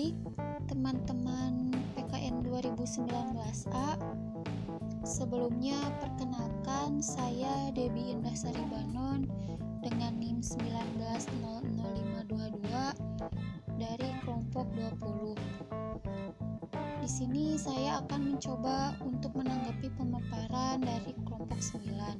baik, teman-teman PKN 2019A. Sebelumnya perkenalkan, saya Debbie Indah Saribanon dengan NIM 1900522 dari kelompok 20. Di sini saya akan mencoba untuk menanggapi pemaparan dari kelompok 9.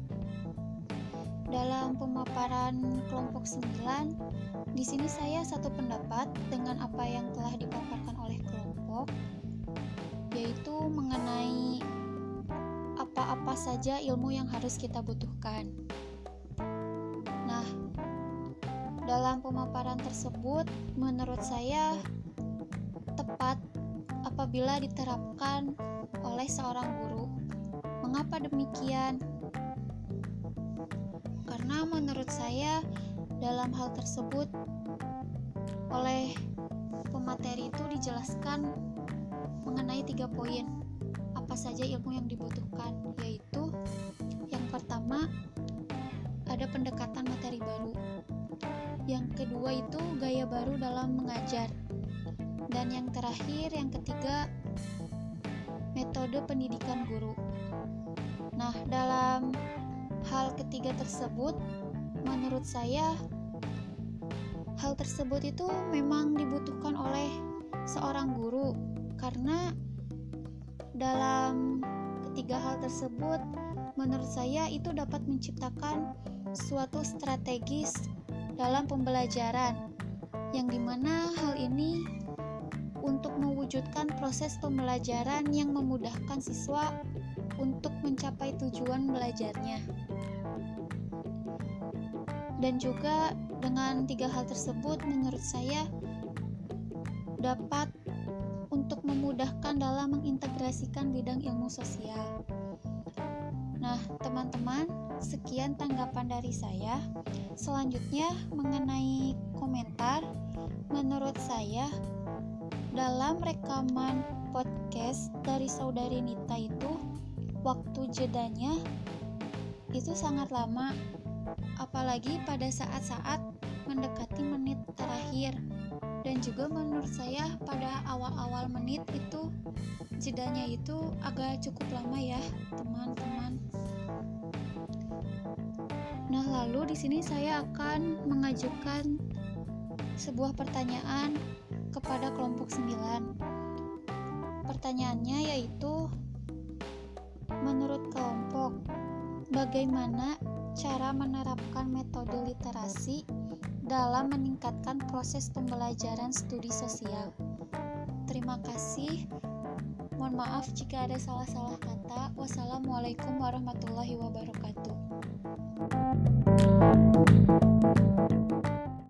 Dalam pemaparan kelompok 9, di sini saya satu pendapat dengan apa yang telah dipaparkan oleh kelompok, yaitu mengenai apa-apa saja ilmu yang harus kita butuhkan. Nah, dalam pemaparan tersebut menurut saya tepat apabila diterapkan oleh seorang guru. Mengapa demikian? Karena menurut saya dalam hal tersebut oleh pemateri itu dijelaskan mengenai 3 poin apa saja ilmu yang dibutuhkan, yaitu yang pertama ada pendekatan materi baru, yang kedua itu gaya baru dalam mengajar, dan yang terakhir, yang ketiga, metode pendidikan guru. Nah, dalam hal ketiga tersebut, menurut saya, hal tersebut itu memang dibutuhkan oleh seorang guru, karena dalam ketiga hal tersebut, menurut saya itu dapat menciptakan suatu strategis dalam pembelajaran, yang dimana hal ini untuk mewujudkan proses pembelajaran yang memudahkan siswa untuk mencapai tujuan belajarnya. Dan juga dengan 3 hal tersebut menurut saya dapat untuk memudahkan dalam mengintegrasikan bidang ilmu sosial. Nah, teman-teman, sekian tanggapan dari saya. Selanjutnya mengenai komentar, menurut saya dalam rekaman podcast dari saudari Nita itu waktu jedanya itu sangat lama, apalagi pada saat-saat mendekati menit terakhir, dan juga menurut saya pada awal-awal menit itu jedanya itu agak cukup lama ya, teman-teman. Nah, lalu di sini saya akan mengajukan sebuah pertanyaan kepada kelompok 9. Pertanyaannya yaitu, menurut kelompok, bagaimana cara menerapkan metode literasi dalam meningkatkan proses pembelajaran studi sosial? Terima kasih. Mohon maaf jika ada salah-salah kata. Wassalamualaikum warahmatullahi wabarakatuh.